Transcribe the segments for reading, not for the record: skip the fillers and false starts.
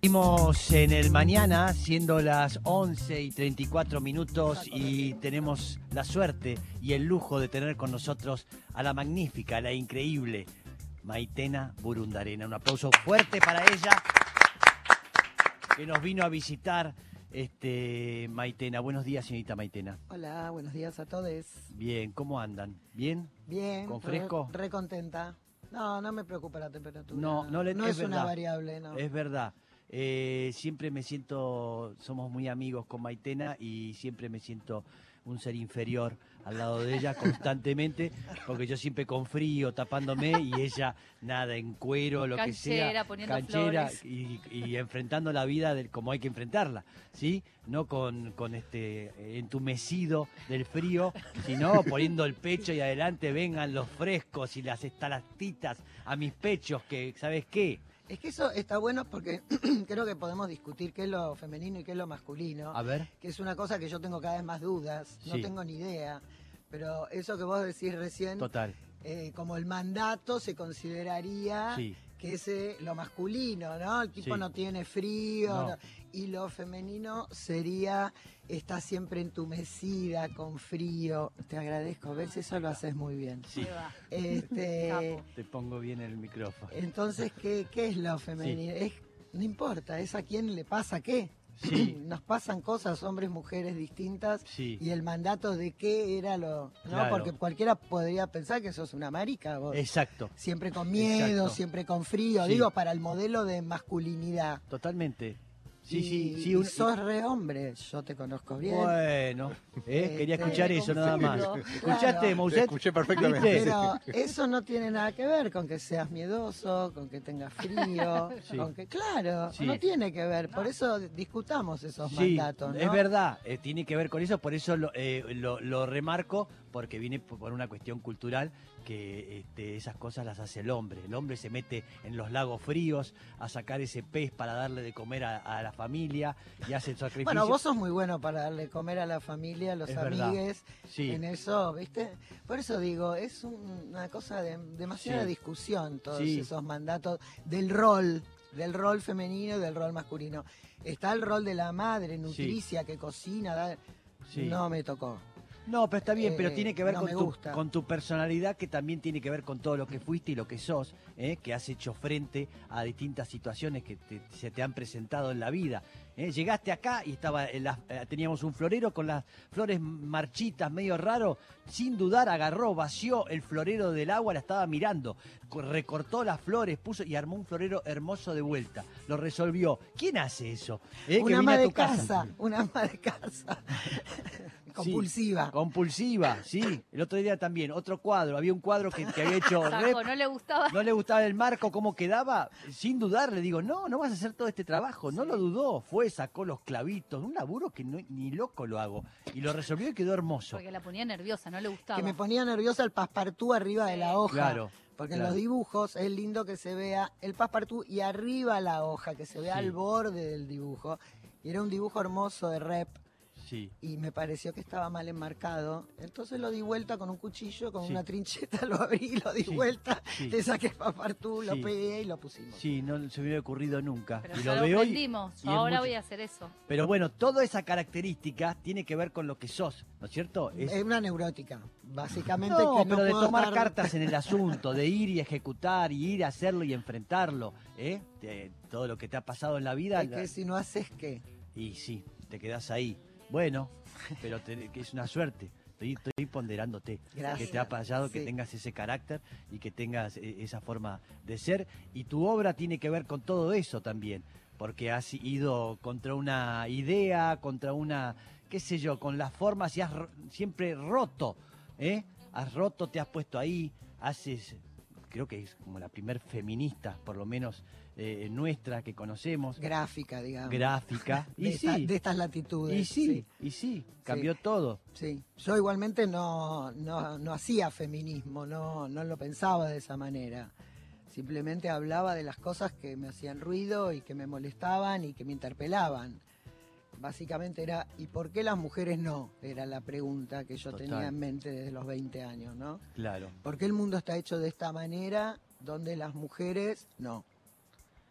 Seguimos en el mañana, siendo las 11:34 y tenemos la suerte y el lujo de tener con nosotros a la magnífica, a la increíble Maitena Burundarena. Un aplauso fuerte para ella que nos vino a visitar. Maitena, buenos días, señorita Maitena. Hola, buenos días a todos. Bien, ¿cómo andan? ¿Bien? Bien. ¿Con fresco? Re contenta. No me preocupa la temperatura. No es una variable, no. Es verdad. Siempre me siento, somos muy amigos con Maitena y siempre me siento un ser inferior al lado de ella constantemente, porque yo siempre con frío, tapándome, y ella nada, en cuero, lo que sea, canchera, y enfrentando la vida como hay que enfrentarla, ¿sí? No con entumecido del frío, sino poniendo el pecho y adelante vengan los frescos y las estalactitas a mis pechos, que, ¿sabes qué? Es que eso está bueno porque creo que podemos discutir qué es lo femenino y qué es lo masculino. A ver. Que es una cosa que yo tengo cada vez más dudas, no Sí. tengo ni idea. Pero eso que vos decís recién, Total. Como el mandato se consideraría Sí. que es lo masculino, ¿no? El tipo Sí. no tiene frío. No. No. Y lo femenino sería, está siempre entumecida, con frío. Te agradezco, ¿ves? Eso lo haces muy bien. Sí. Te pongo bien el micrófono. Entonces, ¿qué es lo femenino? No importa, es a quién le pasa qué. Sí. Nos pasan cosas, hombres, mujeres distintas, Sí. y el mandato de qué era lo... ¿no? Claro. Porque cualquiera podría pensar que sos una marica vos. Exacto. Siempre con miedo, Exacto. siempre con frío, Sí. digo, para el modelo de masculinidad. Totalmente. Sí, y, sí. y sos re hombre, yo te conozco bien. Bueno, quería escuchar eso nada más. Claro. ¿Escuchaste, Mousset? Te escuché perfectamente. ¿Viste? Pero eso no tiene nada que ver con que seas miedoso, con que tengas frío, Sí. con que, claro, Sí. no tiene que ver. Por eso discutamos esos Sí, mandatos, ¿no? es verdad, tiene que ver con eso, por eso lo remarco, porque viene por una cuestión cultural que esas cosas las hace el hombre. El hombre se mete en los lagos fríos a sacar ese pez para darle de comer a la familia y hace el sacrificio. Bueno, vos sos muy bueno para darle comer a la familia, a los Es verdad. amigues, Sí. en eso, ¿viste? Por eso digo, es una cosa de demasiada Sí. discusión, todos Sí. esos mandatos del rol femenino y del rol masculino. Está el rol de la madre, nutricia, que cocina, Sí. no me tocó. No, pero está bien, pero tiene que ver no me gusta. con tu personalidad, que también tiene que ver con todo lo que fuiste y lo que sos, que has hecho frente a distintas situaciones que se te han presentado en la vida. Llegaste acá y teníamos un florero con las flores marchitas, medio raro. Sin dudar agarró, vació el florero del agua, la estaba mirando, recortó las flores, puso y armó un florero hermoso de vuelta. Lo resolvió. ¿Quién hace eso? Que Una viene ama a de tu casa. una ama de casa. Compulsiva. Sí, compulsiva, sí. El otro día también, otro cuadro. Había un cuadro que había hecho Rep. No le gustaba. No le gustaba el marco, cómo quedaba. Sin dudar, le digo, no vas a hacer todo este trabajo. No lo dudó. Fue, sacó los clavitos. Un laburo que ni loco lo hago. Y lo resolvió y quedó hermoso. Porque la ponía nerviosa, no le gustaba. Que me ponía nerviosa el passepartout arriba de la hoja. Claro. Porque claro. en los dibujos es lindo que se vea el passepartout y arriba la hoja, que se vea Sí. al borde del dibujo. Y era un dibujo hermoso de Rep. Sí. Y me pareció que estaba mal enmarcado. Entonces lo di vuelta con un cuchillo, con Sí. una trincheta, lo abrí, lo di Sí. vuelta, Sí. le saqué el passepartout, lo Sí. pegué y lo pusimos. Sí, no se me hubiera ocurrido nunca. Pero y ya lo lo veo aprendimos. y es Ahora mucho- voy a hacer eso. Pero bueno, toda esa característica tiene que ver con lo que sos, ¿no es cierto? Es una neurótica, básicamente. No, que pero de puedo tomar dar- cartas en el asunto, de ir y ejecutar, y ir a hacerlo y enfrentarlo, todo lo que te ha pasado en la vida. Es que si no haces, ¿qué? Y sí, te quedás ahí. Bueno, pero que es una suerte. Estoy ponderándote. Gracias. Que te ha pasado, que Sí. tengas ese carácter y que tengas esa forma de ser. Y tu obra tiene que ver con todo eso también. Porque has ido contra una idea, contra una, qué sé yo, con las formas y has siempre roto. Has roto, te has puesto ahí, creo que es como la primer feminista, por lo menos nuestra, que conocemos. Gráfica, digamos. Gráfica. De, Y sí. de estas latitudes. Y sí, cambió todo. Sí, yo igualmente no hacía feminismo, no lo pensaba de esa manera. Simplemente hablaba de las cosas que me hacían ruido y que me molestaban y que me interpelaban. Básicamente era, ¿y por qué las mujeres no? Era la pregunta que yo Total. tenía en mente desde los 20 años, ¿no? Claro. ¿Por qué el mundo está hecho de esta manera donde las mujeres no?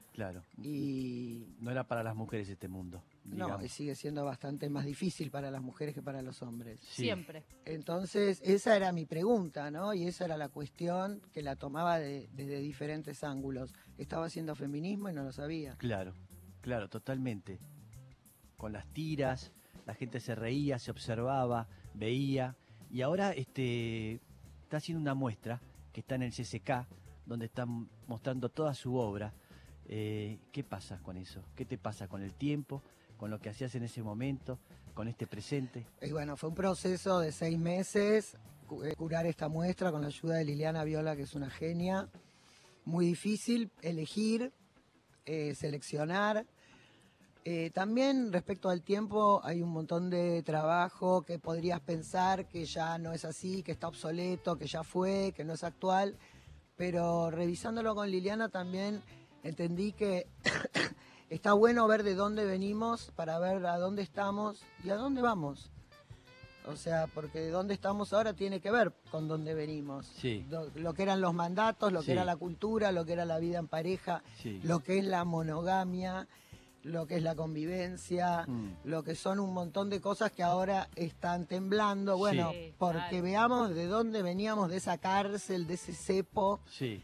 Claro. Y No era para las mujeres este mundo, no, digamos. y sigue siendo bastante más difícil para las mujeres que para los hombres. Sí. Siempre. Entonces, esa era mi pregunta, ¿no? Y esa era la cuestión que la tomaba desde diferentes ángulos. Estaba haciendo feminismo y no lo sabía. Claro, claro, totalmente. Con las tiras, la gente se reía, se observaba, veía. Y ahora está haciendo una muestra que está en el CCK, donde están mostrando toda su obra. ¿Qué pasa con eso? ¿Qué te pasa con el tiempo, con lo que hacías en ese momento, con este presente? Y bueno, fue un proceso de 6 meses, curar esta muestra con la ayuda de Liliana Viola, que es una genia. Muy difícil elegir, seleccionar. También respecto al tiempo hay un montón de trabajo que podrías pensar que ya no es así, que está obsoleto, que ya fue, que no es actual, pero revisándolo con Liliana también entendí que está bueno ver de dónde venimos para ver a dónde estamos y a dónde vamos. O sea, porque de dónde estamos ahora tiene que ver con dónde venimos. Sí. Lo que eran los mandatos, lo Sí. que era la cultura, lo que era la vida en pareja, Sí. lo que es la monogamia, lo que es la convivencia, lo que son un montón de cosas que ahora están temblando. Bueno, Sí, porque claro. veamos de dónde veníamos, de esa cárcel, de ese cepo. Sí,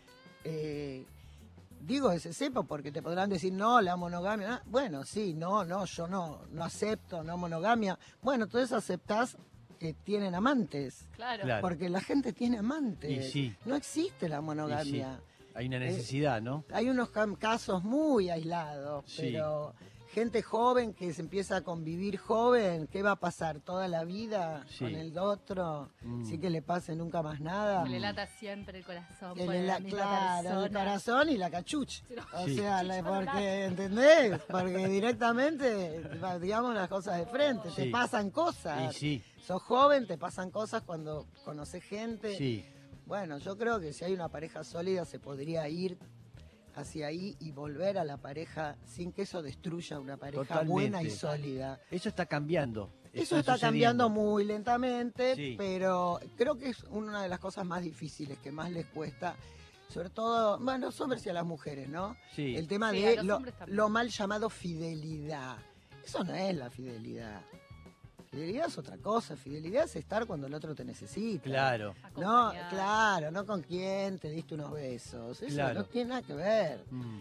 Digo ese cepo porque te podrán decir, no, la monogamia. Ah, bueno, sí, no, yo no acepto, no monogamia. Bueno, entonces aceptás que tienen amantes. Claro. Claro. Porque la gente tiene amantes. Y sí. No existe la y sí. monogamia. Hay una necesidad, ¿no? Hay unos casos muy aislados, Sí. pero gente joven que se empieza a convivir joven, ¿qué va a pasar? ¿Toda la vida Sí. con el otro? Mm. ¿Sí que le pase nunca más nada? Que le lata siempre el corazón. Que por le la misma claro, el persona. corazón y la cachucha. Sí, no. O Sí. sea, Sí, yo no porque, ¿entendés? Porque directamente, digamos las cosas de frente, Sí. te pasan cosas. Y sí, Sos joven, te pasan cosas cuando conoces gente. sí. Bueno, yo creo que si hay una pareja sólida se podría ir hacia ahí y volver a la pareja sin que eso destruya una pareja Totalmente. buena y sólida. Eso está cambiando. Eso está cambiando sucediendo. muy lentamente, Sí. pero creo que es una de las cosas más difíciles, que más les cuesta, sobre todo, bueno, a los hombres y a las mujeres, ¿no? Sí. El tema Sí, de a los hombres también. lo mal llamado fidelidad. Eso no es la fidelidad. Fidelidad es otra cosa. Fidelidad es estar cuando el otro te necesita. Claro. No, Acompañar. claro, no con quién te diste unos besos. Eso Claro. no tiene nada que ver. Mm.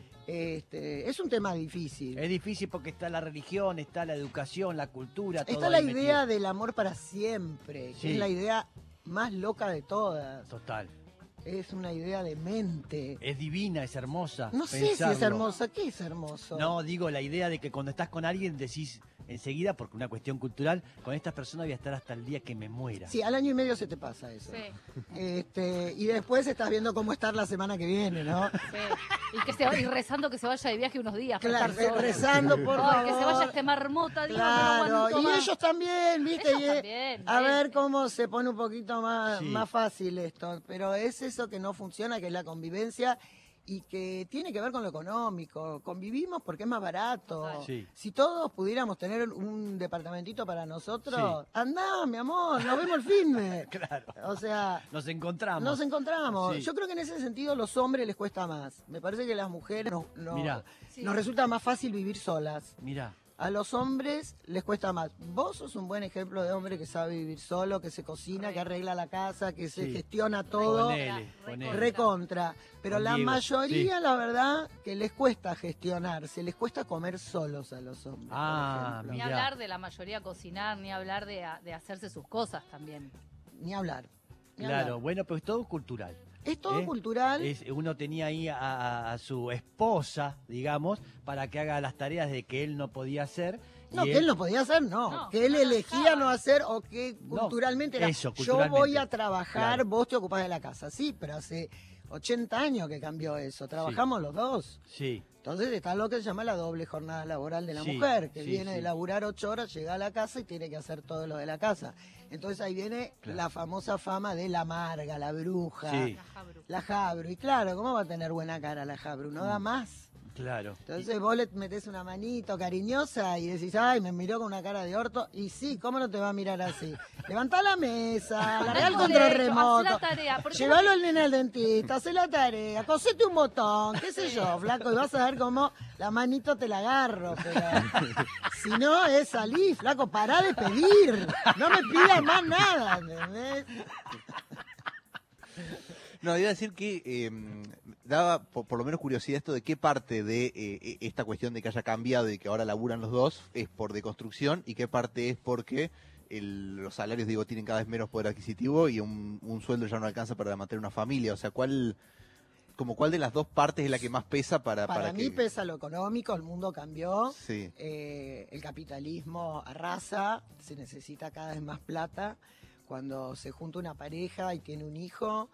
Es un tema difícil. Es difícil porque está la religión, está la educación, la cultura, todo Está la ahí idea metido. del amor para siempre, que Sí. es la idea más loca de todas. Total. Es una idea de mente. Es divina, es hermosa. No sé si es pensarlo. hermosa. ¿Qué es hermoso? No, digo la idea de que cuando estás con alguien decís enseguida, porque una cuestión cultural, con esta persona voy a estar hasta el día que me muera. Sí, al año y medio se te pasa eso. Sí, Y después estás viendo cómo estar la semana que viene, ¿no? sí. Y rezando que se vaya de viaje unos días. para Claro, estar solo. rezando por Ay, favor. que se vaya a este marmota, Dios, no lo Claro, aguanto y más. ellos también, ¿viste? Ellos Y, también, a ver ¿viste? cómo se pone un poquito más, Sí. más fácil esto. Pero es eso que no funciona, que es la convivencia y que tiene que ver con lo económico. Convivimos porque es más barato. Sí. Si todos pudiéramos tener un departamentito para nosotros, andá, mi amor, nos vemos el filme. Claro. O sea, Nos encontramos. nos encontramos. Sí. Yo creo que en ese sentido a los hombres les cuesta más. Me parece que a las mujeres Mirá. Sí. nos resulta más fácil vivir solas. Mirá. A los hombres les cuesta más. Vos sos un buen ejemplo de hombre que sabe vivir solo, que se cocina, que arregla la casa, que se Sí. gestiona todo. Ponele, ponele. Recontra. Pero Con la Diego, mayoría, sí. la verdad, que les cuesta gestionarse, les cuesta comer solos a los hombres. Ah, por ejemplo. Ni Mirá. hablar de la mayoría cocinar, ni hablar de hacerse sus cosas también. Ni hablar. Ni Claro, hablar. bueno, pero es todo cultural. Es todo ¿eh? cultural. Uno tenía ahí a su esposa, digamos, para que haga las tareas de que él no podía hacer. No, y que él no podía hacer, no. No, que él no lo elegía estaba. no hacer o que No, culturalmente era. eso, Yo voy a culturalmente. trabajar, Claro. vos te ocupás de la casa. Sí, pero hace 80 años que cambió eso. Trabajamos los dos. Sí, Entonces está lo que se llama la doble jornada laboral de la Sí, mujer, que sí, viene sí. de laburar 8 horas, llega a la casa y tiene que hacer todo lo de la casa. Entonces ahí viene Claro. la famosa fama de la amarga, la bruja, Sí. La Jabru. la Jabru. Y claro, ¿cómo va a tener buena cara la Jabru? No da más. Claro. Entonces vos le metés una manito cariñosa y decís, ay, me miró con una cara de orto. Y sí, ¿cómo no te va a mirar así? Levantá la mesa, largá el Tengo control derecho, remoto, hacé la tarea, ¿por qué llevalo al nene al dentista, hacé la tarea, cosete un botón, qué sé yo, flaco, y vas a ver cómo la manito te la agarro, pero si no es salir, flaco, pará de pedir, no me pidas más nada, ¿entendés? No, iba a decir que daba por lo menos curiosidad esto de qué parte de esta cuestión de que haya cambiado y que ahora laburan los dos es por deconstrucción y qué parte es porque los salarios, digo, tienen cada vez menos poder adquisitivo y un sueldo ya no alcanza para mantener una familia. O sea, ¿cuál de las dos partes es la que más pesa Para mí que... pesa lo económico, el mundo cambió, Sí. El capitalismo arrasa, se necesita cada vez más plata. Cuando se junta una pareja y tiene un hijo,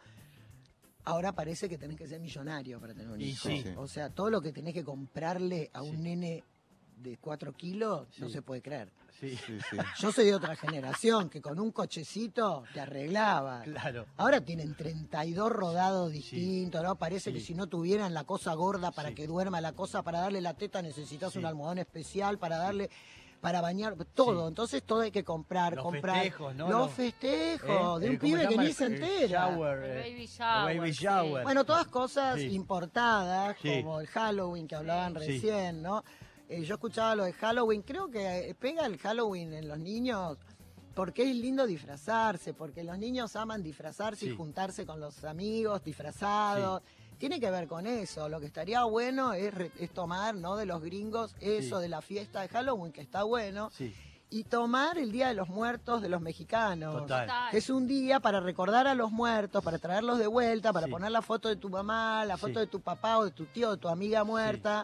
ahora parece que tenés que ser millonario para tener un Y hijo. sí. O sea, todo lo que tenés que comprarle a un nene de 4 kilos no Sí. se puede creer. Sí, Sí, sí. Yo soy de otra generación que con un cochecito te arreglaba. claro. Ahora tienen 32 rodados distintos, ¿no? Parece Sí. que si no tuvieran la cosa gorda para Sí. que duerma, la cosa para darle la teta necesitas Sí. un almohadón especial para darle, para bañar, todo. Sí. Entonces todo hay que comprar, Los comprar. festejos, ¿no? Los festejos de un ¿Cómo pibe se que llama? ni se El entera. shower, El baby shower, baby sí. shower. Bueno, todas cosas Sí. importadas, Sí. como el Halloween que hablaban Sí. recién, ¿no? Yo escuchaba lo de Halloween, creo que pega el Halloween en los niños porque es lindo disfrazarse, porque los niños aman disfrazarse Sí. y juntarse con los amigos disfrazados. Tiene que ver con eso. Lo que estaría bueno es tomar, ¿no? De los gringos eso Sí. de la fiesta de Halloween, que está bueno, Sí, y tomar el Día de los Muertos de los mexicanos. total. Que es un día para recordar a los muertos, para traerlos de vuelta, para Sí. poner la foto de tu mamá, la foto Sí. de tu papá o de tu tío, de tu amiga muerta,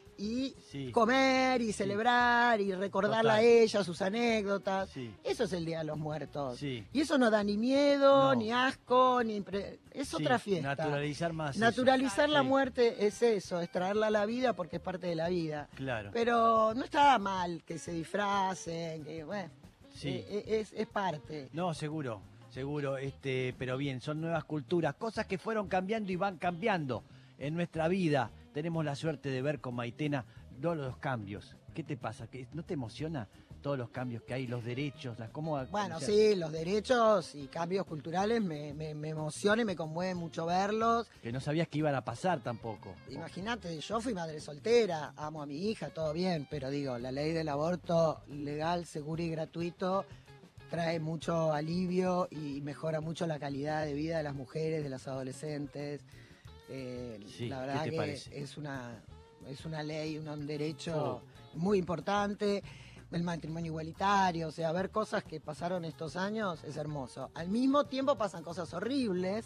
y Sí. comer y celebrar y recordarla a Total. ella, sus anécdotas. Sí. Eso es el Día de los Muertos. Sí. Y eso no da ni miedo, No. ni asco, es Sí, otra fiesta. Naturalizar más. eso. Naturalizar la Sí. muerte es eso, es traerla a la vida porque es parte de la vida. Claro. Pero no está mal que se disfracen, que bueno, Sí. es parte. No, seguro, seguro, pero bien, son nuevas culturas, cosas que fueron cambiando y van cambiando en nuestra vida. Tenemos la suerte de ver con Maitena todos los cambios. ¿Qué te pasa? ¿No te emociona todos los cambios que hay, los derechos, Bueno, o sea, sí, los derechos y cambios culturales me emocionan y me conmueve mucho verlos. que no sabías que iban a pasar tampoco. Imagínate, yo fui madre soltera, amo a mi hija, todo bien, pero digo, la ley del aborto legal, seguro y gratuito trae mucho alivio y mejora mucho la calidad de vida de las mujeres, de las adolescentes. Sí, la verdad ¿qué te que parece? es una ley, un derecho muy importante. El matrimonio igualitario, o sea, ver cosas que pasaron estos años es hermoso. Al mismo tiempo pasan cosas horribles.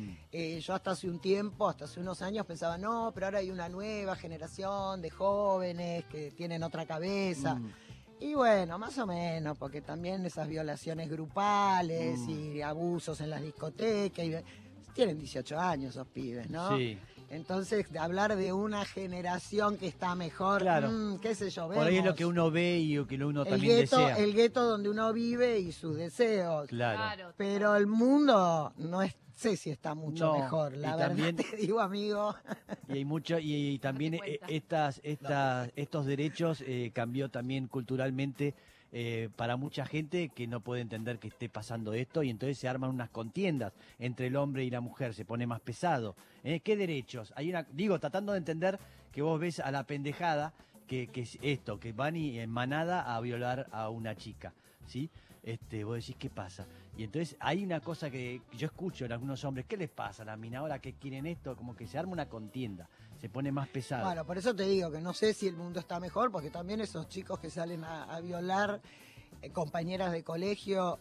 Yo hasta hace un tiempo, hasta hace unos años pensaba, no, pero ahora hay una nueva generación de jóvenes que tienen otra cabeza. Y bueno, más o menos, porque también esas violaciones grupales y abusos en las discotecas, tienen 18 años esos pibes, ¿no? Sí. Entonces, de hablar de una generación que está mejor, Claro. Qué sé yo, Por ahí es lo vemos que uno ve y lo que uno el también gueto, desea. el gueto donde uno vive y sus deseos. Claro. Pero el mundo no sé si está mucho No, mejor, la y verdad también- te digo, amigo. Y hay mucho, y también Date cuenta. estos derechos cambió también culturalmente para mucha gente que no puede entender que esté pasando esto y entonces se arman unas contiendas entre el hombre y la mujer, se pone más pesado. ¿Qué derechos? Tratando de entender que vos ves a la pendejada que es esto, que van y en manada a violar a una chica, ¿sí? Vos decís, ¿qué pasa? Y entonces hay una cosa que yo escucho en algunos hombres, ¿qué les pasa a la mina ahora que quieren esto? Como que se arma una contienda, se pone más pesado. Bueno, por eso te digo que no sé si el mundo está mejor, porque también esos chicos que salen a violar compañeras de colegio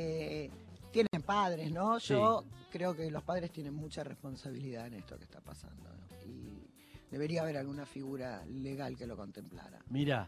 tienen padres, ¿no? Sí. Yo creo que los padres tienen mucha responsabilidad en esto que está pasando, ¿no? Y debería haber alguna figura legal que lo contemplara. Mirá,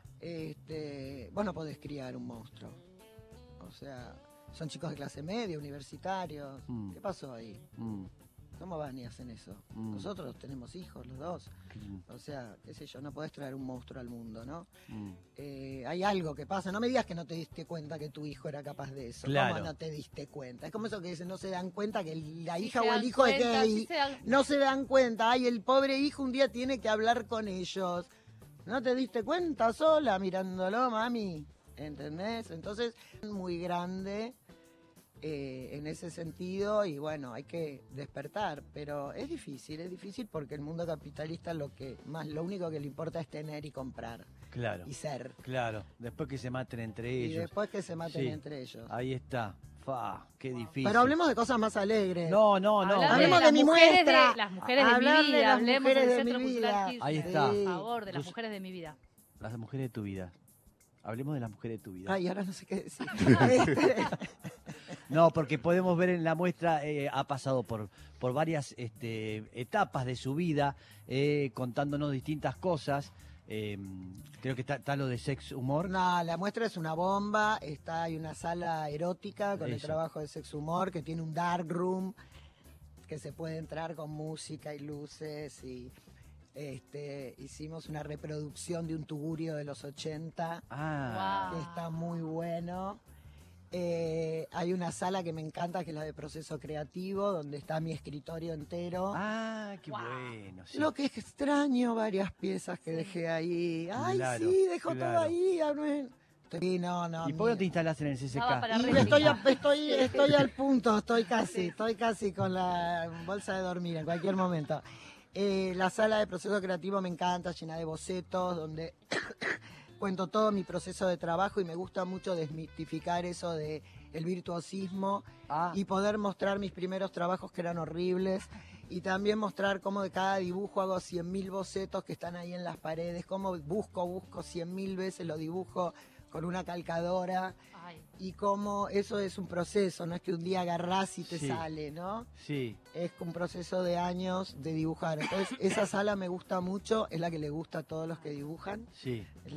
Vos no podés criar un monstruo. O sea, son chicos de clase media, universitarios. Mm. ¿Qué pasó ahí? ¿Cómo van y hacen eso? Nosotros tenemos hijos, los dos. O sea, qué sé yo, no podés traer un monstruo al mundo, ¿no? Hay algo que pasa. No me digas que no te diste cuenta que tu hijo era capaz de eso. Claro. ¿Cómo no te diste cuenta? Es como eso que dicen, no se dan cuenta que la Sí hija se o el dan hijo es cuenta, gay. sí se dan- No se dan cuenta. Ay, el pobre hijo un día tiene que hablar con ellos. ¿No te diste cuenta sola mirándolo, mami? ¿Entendés? Entonces, muy grande en ese sentido y bueno, hay que despertar, pero es difícil porque el mundo capitalista lo único que le importa es tener y comprar Claro, y ser. claro. Después que se maten entre Y ellos. después que se maten Sí. entre ellos. Ahí está. Fa, qué difícil. Pero hablemos de cosas más alegres. No. Hablemos de las mi mujeres muestra. las mujeres de mi Hablar de vida, las hablemos mujeres del de Centro mi Cultural vida. Kirchner. Ahí está. Por favor, de las Gus- mujeres de mi vida. Las mujeres de tu vida. Hablemos de las mujeres de tu vida. Ay, ahora no sé qué decir. No, porque podemos ver en la muestra, ha pasado por varias etapas de su vida, contándonos distintas cosas. Creo que está lo de sex humor. No, la muestra es una bomba. Hay una sala erótica con el Eso. trabajo de Sex Humor que tiene un dark room que se puede entrar con música y luces y hicimos una reproducción de un tugurio de los 80 Ah, que está muy bueno. Hay una sala que me encanta que es la de proceso creativo donde está mi escritorio entero. qué Wow. bueno. Sí. Lo que es extraño, varias piezas que dejé ahí. Ay, Claro, sí, dejó claro. todo ahí. Sí, no. ¿Y por qué no te instalás en el CCK? Daba para Y reivindicar. estoy al punto, estoy casi con la bolsa de dormir en cualquier momento. La sala de proceso creativo me encanta, llena de bocetos, donde cuento todo mi proceso de trabajo y me gusta mucho desmitificar eso de el virtuosismo y poder mostrar mis primeros trabajos que eran horribles y también mostrar cómo de cada dibujo hago 100.000 bocetos que están ahí en las paredes, cómo busco 100.000 veces, lo dibujo con una calcadora Ay, y cómo eso es un proceso, no es que un día agarrás y te Sí. sale, ¿no? Sí, Es un proceso de años de dibujar. Entonces, esa sala me gusta mucho, es la que le gusta a todos los que dibujan. sí. Es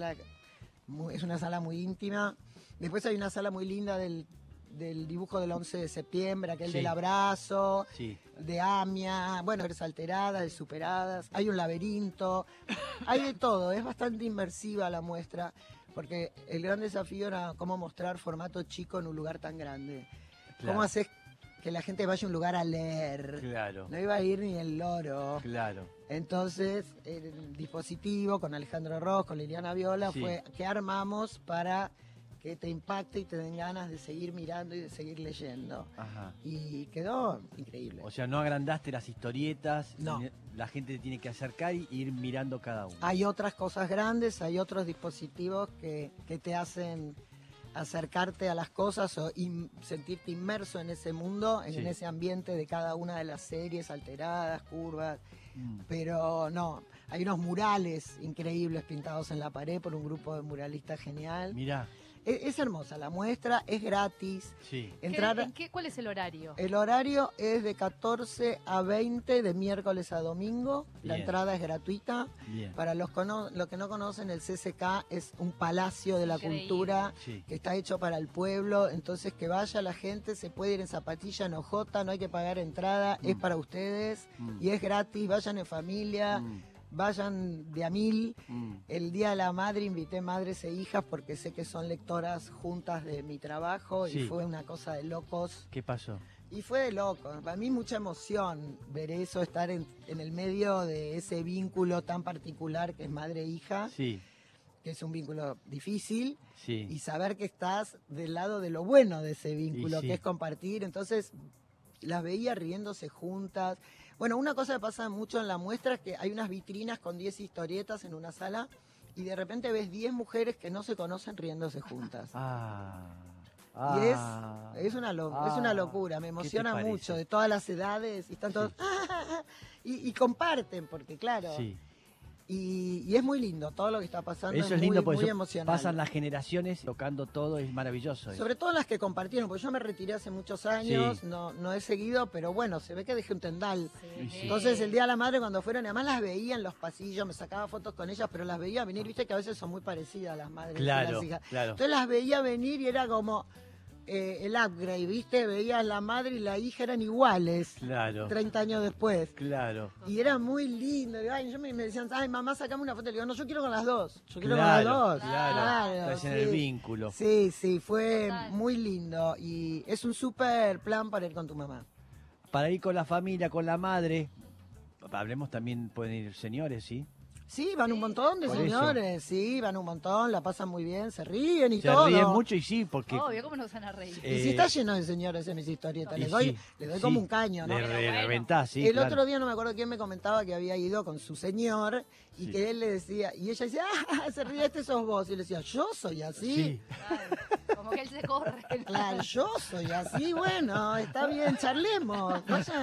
es una sala muy íntima. Después hay una sala muy linda del dibujo del 11 de septiembre, aquel Sí. del abrazo, Sí. de Amia, bueno, mujeres alteradas, de superadas. Hay un laberinto, hay de todo. Es bastante inmersiva la muestra, porque el gran desafío era cómo mostrar formato chico en un lugar tan grande. Claro. ¿Cómo haces que la gente vaya a un lugar a leer? Claro, No iba a ir ni el loro. claro. Entonces, el dispositivo con Alejandro Ross, con Liliana Viola, Sí. fue ¿qué armamos para que te impacte y te den ganas de seguir mirando y de seguir leyendo? Ajá. Y quedó increíble. O sea, no agrandaste las historietas. No. La gente te tiene que acercar y ir mirando cada uno. Hay otras cosas grandes, hay otros dispositivos que te hacen acercarte a las cosas o sentirte inmerso en ese mundo, en Sí. ese ambiente de cada una de las series alteradas, curvas. Mm. Pero no, hay unos murales increíbles pintados en la pared por un grupo de muralistas genial. Mirá, Es hermosa la muestra, es gratis. sí. Entrar, ¿Cuál es el horario? el horario es de 14 a 20, de miércoles a domingo. La Bien. entrada es gratuita. Bien. Para los que no conocen, el CCK es un palacio de la Increíble. cultura Sí. que está hecho para el pueblo. Entonces, que vaya la gente, se puede ir en zapatilla, en hojota, no hay que pagar entrada, es para ustedes Mm. y es gratis. Vayan en familia. Mm. Vayan de a 1000. Mm. El Día de la Madre invité madres e hijas porque sé que son lectoras juntas de mi trabajo Sí. y fue una cosa de locos. ¿Qué pasó? Y fue de locos. Para mí mucha emoción ver eso, estar en el medio de ese vínculo tan particular que es madre e hija, Sí, que es un vínculo difícil, y sí. saber que estás del lado de lo bueno de ese vínculo, Y sí. que es compartir. Entonces las veía riéndose juntas. Bueno, una cosa que pasa mucho en la muestra es que hay unas vitrinas con 10 historietas en una sala y de repente ves 10 mujeres que no se conocen riéndose juntas. Ah. Y Ah. es una locura, me ¿Qué te emociona parece? mucho, de todas las edades, y están todos... y comparten, porque claro, Sí. y es muy lindo, todo lo que está pasando Eso es muy, lindo porque muy eso emocionante. pasan las generaciones tocando todo, es maravilloso. eso. Sobre todo las que compartieron, porque yo me retiré hace muchos años, Sí. no he seguido, pero bueno, se ve que dejé un tendal. Y sí. Entonces el Día de la Madre cuando fueron, además las veía en los pasillos, me sacaba fotos con ellas, pero las veía venir, viste que a veces son muy parecidas las madres y Claro, las hijas. claro. Entonces las veía venir y era como, el upgrade, ¿viste? Veías la madre y la hija eran iguales. Claro. 30 años después. Claro. Y era muy lindo. Y, ay, me decían, ay, mamá, sacame una foto. Le digo, no, yo quiero con las dos. Yo quiero con las dos. Claro. Estás en el sí. vínculo. Sí, sí, fue Total. muy lindo. Y es un súper plan para ir con tu mamá. Para ir con la familia, con la madre. Hablemos también, pueden ir señores, ¿sí? Sí, van un montón de Por señores, sí, van un montón, la pasan muy bien, se ríen y Se todo. ríen mucho y sí, porque... Obvio, ¿cómo nos van a reír? Y si está lleno de señores en mis historietas, y les doy, sí, les doy sí, como un caño, ¿no? Le bueno. reventás, sí, El claro. otro día no me acuerdo quién me comentaba que había ido con su señor y Sí. que él le decía, y ella decía, se ríe, este sos vos. Y le decía, yo soy así. Sí. Claro, como que él se corre. Claro, yo soy así, bueno, está bien, charlemos,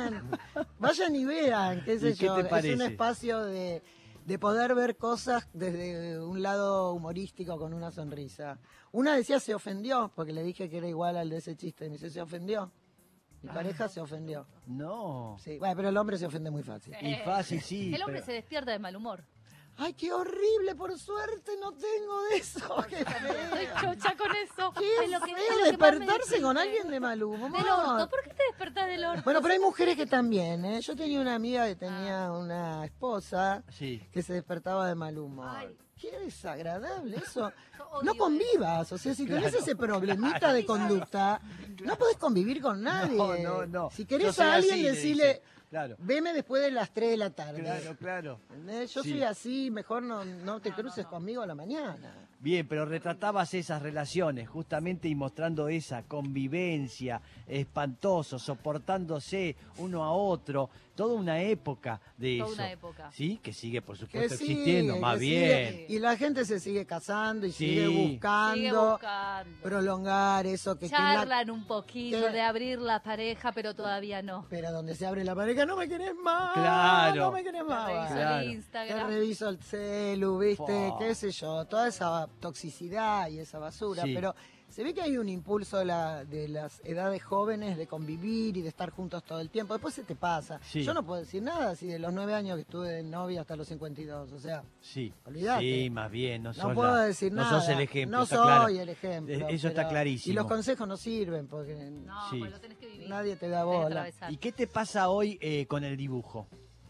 vayan y vean, qué sé ¿Y qué yo, te es un parece? espacio de poder ver cosas desde un lado humorístico con una sonrisa. Una decía se ofendió, porque le dije que era igual al de ese chiste, y me dice, se ofendió. Mi pareja se ofendió. No. Sí, bueno, pero el hombre se ofende muy fácil. Y fácil, sí. El hombre pero- se despierta de mal humor. Ay, qué horrible, por suerte no tengo de eso. Qué Estoy feo. chocha con eso. Qué Es lo que- feo es lo que más me despertarse con deprime. alguien de mal humor. Del orto. ¿Por qué te despertás del orto? Bueno, pero hay mujeres que también, ¿eh? Yo tenía una amiga que tenía una esposa Sí. que se despertaba de mal humor. Ay. Qué desagradable eso. Yo odio No convivas, o sea, si tenés ese problemita de conducta, no podés convivir con nadie. No. Si Yo querés soy a alguien, así, le decile, dice. Claro. veme después de las 3 de la tarde. Claro. ¿Entendés? Yo Sí. soy así, mejor no te cruces conmigo a la mañana. Bien, pero retratabas esas relaciones justamente y mostrando esa convivencia, espantoso, soportándose uno a otro, toda una época de Toda eso. una época. Sí, que sigue por Que supuesto sigue, existiendo, más que bien. sigue. Y la gente se sigue casando y Sí. sigue buscando Sigue buscando. prolongar eso que tiene la- Charlan un poquito que- de abrir la pareja, pero todavía no. Pero donde se abre la pareja, no me querés más. Claro. No me querés Te más. reviso Claro. el Te Instagram. reviso el celu, viste, Fua. qué sé yo, toda esa toxicidad y esa basura, Sí. pero se ve que hay un impulso de las edades jóvenes de convivir y de estar juntos todo el tiempo, después se te pasa. Sí. Yo no puedo decir nada si de los 9 años que estuve de novia hasta los 52, o sea, Sí, Olvídate. sí, más bien. No, no sos puedo la- decir no nada. sos el ejemplo. No está soy claro. el ejemplo. Eso está pero- clarísimo. Y los consejos no sirven porque No, Sí. pues lo tenés que vivir. nadie te da Tenés que bola. atravesar. ¿Y qué te pasa hoy con el dibujo?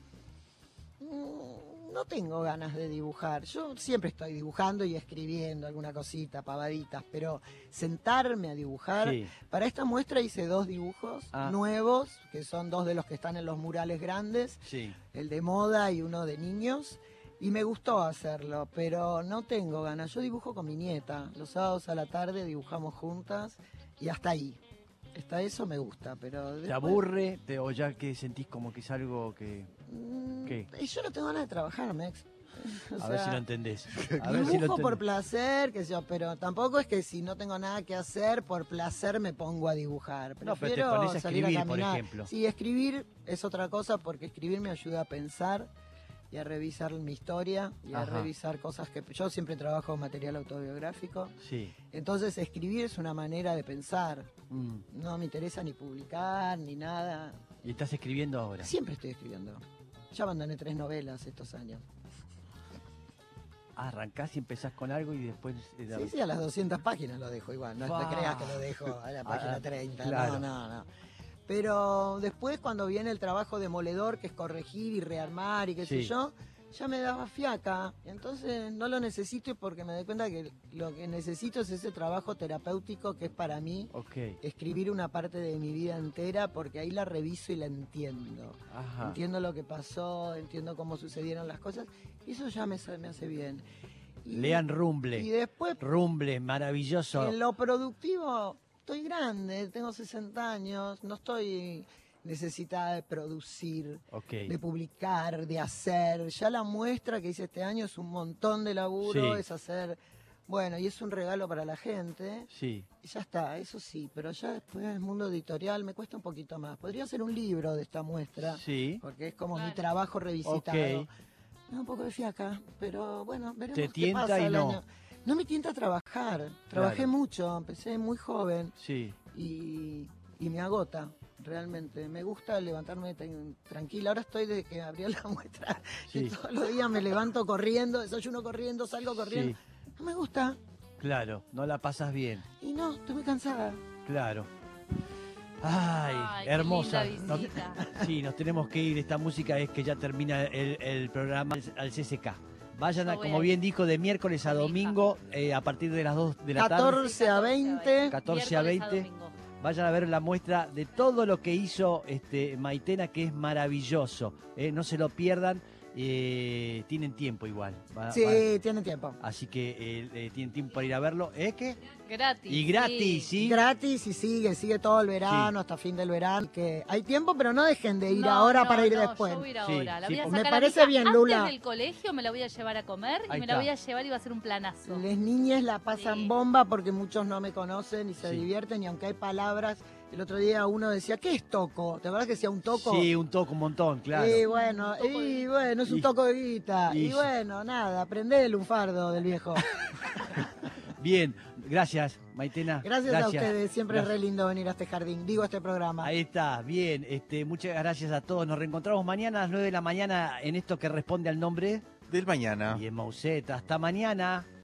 No tengo ganas de dibujar. Yo siempre estoy dibujando y escribiendo alguna cosita, pavaditas, pero sentarme a dibujar. Sí. Para esta muestra hice 2 dibujos Ah. nuevos, que son 2 de los que están en los murales grandes, Sí. el de moda y uno de niños. Y me gustó hacerlo, pero no tengo ganas. Yo dibujo con mi nieta. Los sábados a la tarde dibujamos juntas y hasta ahí. Hasta eso me gusta, pero... ¿Te después- aburre o ya que sentís como que es algo que... ¿Qué? Y yo no tengo ganas de trabajar, Mex. O A ver sea, si lo entendés. A ver si lo dibujo por entendés. placer, qué sé yo, pero tampoco es que si no tengo nada que hacer, por placer me pongo a dibujar. No, pero te Prefiero pones a salir escribir, por caminar. ejemplo. Sí, escribir es otra cosa porque escribir me ayuda a pensar y a revisar mi historia y a Ajá. revisar cosas que... Yo siempre trabajo material autobiográfico, Sí. entonces escribir es una manera de pensar. Mm. No me interesa ni publicar ni nada. Y estás escribiendo ahora. Siempre estoy escribiendo. Ya abandoné 3 novelas estos años. Arrancás y empezás con algo y después... Sí, a las 200 páginas lo dejo igual, no Fa. te creas que lo dejo a la página 30, claro. no. Pero después cuando viene el trabajo demoledor, que es corregir y rearmar y qué sé Sí. yo, ya me daba fiaca. Entonces no lo necesito porque me doy cuenta que lo que necesito es ese trabajo terapéutico que es para mí Ok. escribir una parte de mi vida entera porque ahí la reviso y la entiendo. Ajá. Entiendo lo que pasó, entiendo cómo sucedieron las cosas y eso ya me hace bien. Y- Lean Rumble. y después Rumble, maravilloso. en lo productivo, estoy grande, tengo 60 años, no estoy necesitada de producir, Ok. de publicar, de hacer. Ya la muestra que hice este año es un montón de laburo, Sí. es hacer, bueno, y es un regalo para la gente. Sí. Y ya está, eso sí, pero ya después el mundo editorial me cuesta un poquito más. Podría ser un libro de esta muestra, Sí. porque es como mi Claro. trabajo revisitado. Ok. Me da un poco de fiaca, pero bueno, veremos Te qué tienta pasa y el no. año. No me tienta trabajar. Trabajé Claro. mucho, empecé muy joven Sí. y me agota, realmente. Me gusta levantarme tranquila. Ahora estoy desde que abrió la muestra, Sí. que todos los días me levanto corriendo, desayuno corriendo, salgo corriendo. Sí. No me gusta Claro, no la pasas bien. y no, estoy muy cansada. Claro. Ay, Ay, qué hermosa. linda visita. Sí, nos tenemos que ir. Esta música es que ya termina el programa al CCK. Vayan, Yo voy como a ir. bien dijo, de miércoles a Con mi domingo, a partir de las 2 de la tarde. 14 a 20. 14 a Miércoles 20. domingo. Vayan a ver la muestra de todo lo que hizo Maitena, que es maravilloso. No se lo pierdan. Tienen tiempo igual. Sí, tienen tiempo. Así que tienen tiempo para ir a verlo. ¿Es que? Gratis. Y gratis, sí. Gratis y sigue todo el verano, Sí. hasta fin del verano. Que hay tiempo, pero no dejen de ir No, ahora no, para ir no, después. Yo voy a ir Sí, ahora. La sí, voy a porque- sacar Me a parece mi hija bien, antes Lula. del colegio, me la voy a llevar a comer y Ahí me la está. voy a llevar y va a ser un planazo. Les niñes la pasan Sí. bomba porque muchos no me conocen y se Sí. divierten y aunque hay palabras, el otro día uno decía, ¿qué es toco? ¿Te acuerdas que decía un toco? Sí, un toco, un montón, claro. Y bueno, Un toco de- es un Y- toco de guita. y- Y bueno, nada, aprendé el lunfardo del viejo. Bien, gracias, Maitena. Gracias a ustedes, siempre Gracias. es re lindo venir a este jardín, digo a este programa. Ahí está, bien. Muchas gracias a todos. Nos reencontramos mañana a las 9 de la mañana en esto que responde al nombre. Del mañana. Bien, Mauseta. Hasta mañana.